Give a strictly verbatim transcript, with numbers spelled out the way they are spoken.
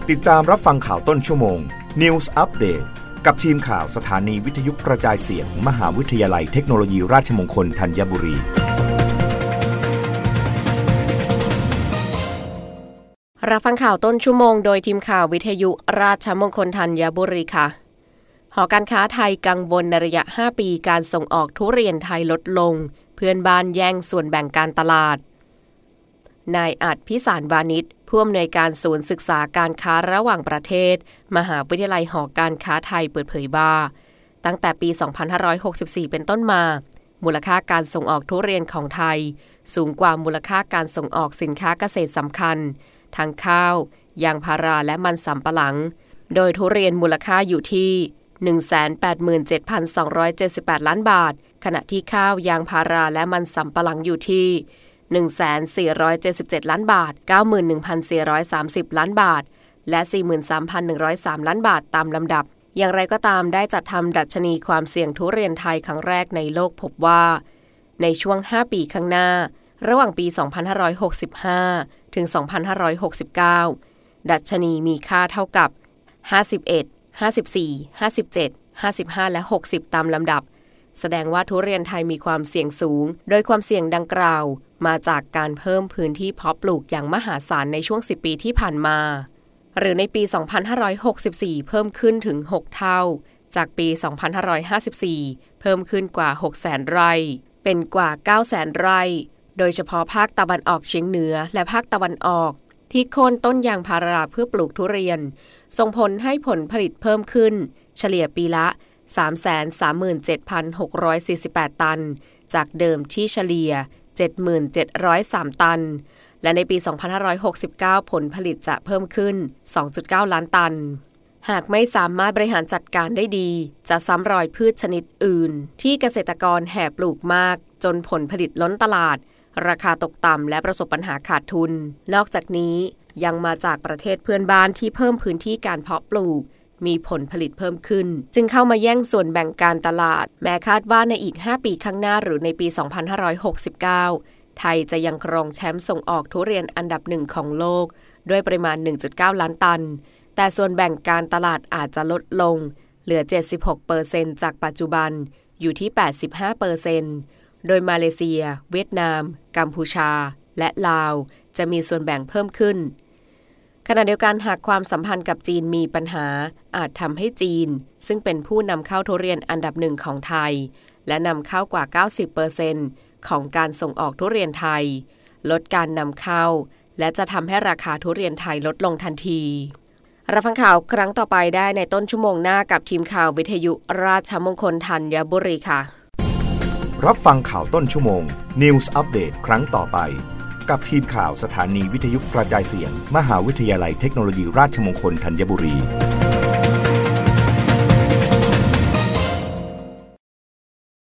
ติดตามรับฟังข่าวต้นชั่วโมง News Update กับทีมข่าวสถานีวิทยุกระจายเสียง มหาวิทยาลัยเทคโนโลยีราชมงคลธัญบุรีรับฟังข่าวต้นชั่วโมงโดยทีมข่าววิทยุราชมงคลธัญบุรีค่ะหอการค้าไทยกังวลในระยะห้าปีการส่งออกทุเรียนไทยลดลงเพื่อนบ้านแย่งส่วนแบ่งการตลาดนายอาจพิสารวานิชผู้อำนวยการศูนย์ศึกษาการค้าระหว่างประเทศมหาวิทยาลัยหอการค้าไทยเปิดเผยว่าตั้งแต่ปีสองพันห้าร้อยหกสิบสี่เป็นต้นมามูลค่าการส่งออกทุเรียนของไทยสูงกว่ามูลค่าการส่งออกสินค้าเกษตรสำคัญทั้งข้าวยางพาราและมันสำปะหลังโดยทุเรียนมูลค่าอยู่ที่ หนึ่งแสนแปดหมื่นเจ็ดพันสองร้อยเจ็ดสิบแปด ล้านบาทขณะที่ข้าวยางพาราและมันสำปะหลังอยู่ที่ หนึ่งแสนสี่ร้อยเจ็ดสิบเจ็ด ล้านบาท เก้าหมื่นหนึ่งพันสี่ร้อยสามสิบ ล้านบาทและ สี่หมื่นสามพันหนึ่งร้อยสาม ล้านบาทตามลำดับอย่างไรก็ตามได้จัดทำดัชนีความเสี่ยงทุเรียนไทยครั้งแรกในโลกพบว่าในช่วงห้าปีข้างหน้าระหว่างปี สองพันห้าร้อยหกสิบห้า ถึง สองพันห้าร้อยหกสิบเก้า ดัชนีมีค่าเท่ากับ ห้าสิบเอ็ด ห้าสิบสี่ ห้าสิบเจ็ด ห้าสิบห้า และ หกสิบ ตามลำดับแสดงว่าทุเรียนไทยมีความเสี่ยงสูงโดยความเสี่ยงดังกล่าวมาจากการเพิ่มพื้นที่เพาะปลูกอย่างมหาศาลในช่วงสิบปีที่ผ่านมาหรือในปี สองพันห้าร้อยหกสิบสี่ เพิ่มขึ้นถึงหกเท่าจากปี สองพันห้าร้อยห้าสิบสี่ เพิ่มขึ้นกว่า หกแสน ไร่เป็นกว่า เก้าแสน ไร่โดยเฉพาะภาคตะวันออกเฉียงเหนือและภาคตะวันออกที่โค่นต้นยางพาราเพื่อปลูกทุเรียนส่งผลให้ผลผลิตเพิ่มขึ้นเฉลี่ยปีละ สามแสนสามหมื่นเจ็ดพันหกร้อยสี่สิบแปด ตันจากเดิมที่เฉลี่ย เจ็ดหมื่นเจ็ดร้อยสาม ตันและในปี สองพันห้าร้อยหกสิบเก้า ผลผลิตจะเพิ่มขึ้น สองจุดเก้า ล้านตันหากไม่สามารถบริหารจัดการได้ดีจะซ้ำรอยพืชชนิดอื่นที่เกษตรกรแห่ปลูกมากจนผลผลิตล้นตลาดราคาตกต่ำและประสบปัญหาขาดทุนนอกจากนี้ยังมาจากประเทศเพื่อนบ้านที่เพิ่มพื้นที่การเพาะปลูกมีผลผลิตเพิ่มขึ้นจึงเข้ามาแย่งส่วนแบ่งการตลาดแม้คาดว่าในอีกห้าปีข้างหน้าหรือในปี สองพันห้าร้อยหกสิบเก้า ไทยจะยังครองแชมป์ส่งออกทุเรียนอันดับหนึ่งของโลกด้วยปริมาณ หนึ่งจุดเก้า ล้านตันแต่ส่วนแบ่งการตลาดอาจจะลดลงเหลือ เจ็ดสิบหกเปอร์เซ็นต์ จากปัจจุบันอยู่ที่ แปดสิบห้าเปอร์เซ็นต์ โดยมาเลเซียเวียดนามกัมพูชาและลาวจะมีส่วนแบ่งเพิ่มขึ้นขณะเดียวกันหากความสัมพันธ์กับจีนมีปัญหาอาจทำให้จีนซึ่งเป็นผู้นำเข้าทุเรียนอันดับหนึ่งของไทยและนำเข้ากว่า เก้าสิบเปอร์เซ็นต์ ของการส่งออกทุเรียนไทยลดการนำเข้าและจะทำให้ราคาทุเรียนไทยลดลงทันทีรับฟังข่าวครั้งต่อไปได้ในต้นชั่วโมงหน้ากับทีมข่าววิทยุราชมงคลธัญบุรีค่ะรับฟังข่าวต้นชั่วโมง News Update ครั้งต่อไปกับทีมข่าวสถานีวิทยุกระจายเสียงมหาวิทยาลัยเทคโนโลยีราชมงคลธัญบุรี